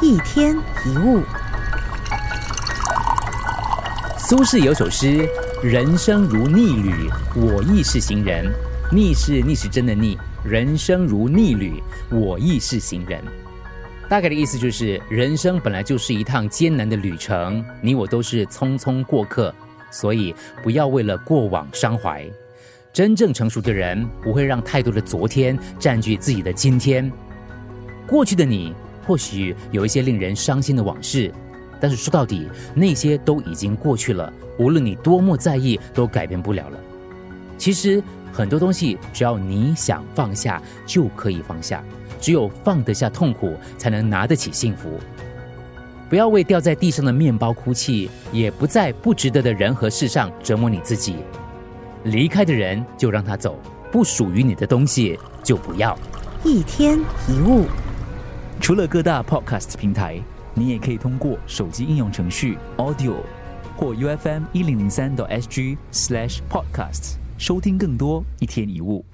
一天一物。 苏轼有首诗：人生如逆旅，我亦是行人。逆是逆时针的逆，人生如逆旅，我亦是行人。大概的意思就是，人生本来就是一趟艰难的旅程，你我都是匆匆过客，所以不要为了过往伤怀。真正成熟的人不会让太多的昨天占据自己的今天。过去的你或许有一些令人伤心的往事，但是说到底，那些都已经过去了，无论你多么在意，都改变不了了。其实很多东西只要你想放下就可以放下，只有放得下痛苦，才能拿得起幸福。不要为掉在地上的面包哭泣，也不在不值得的人和事上折磨你自己。离开的人就让他走，不属于你的东西就不要。 一天一物。 除了各大 podcast 平台，你也可以通过手机应用程序 Audio 或 UFM1003.SG/podcast 收听更多一天一物。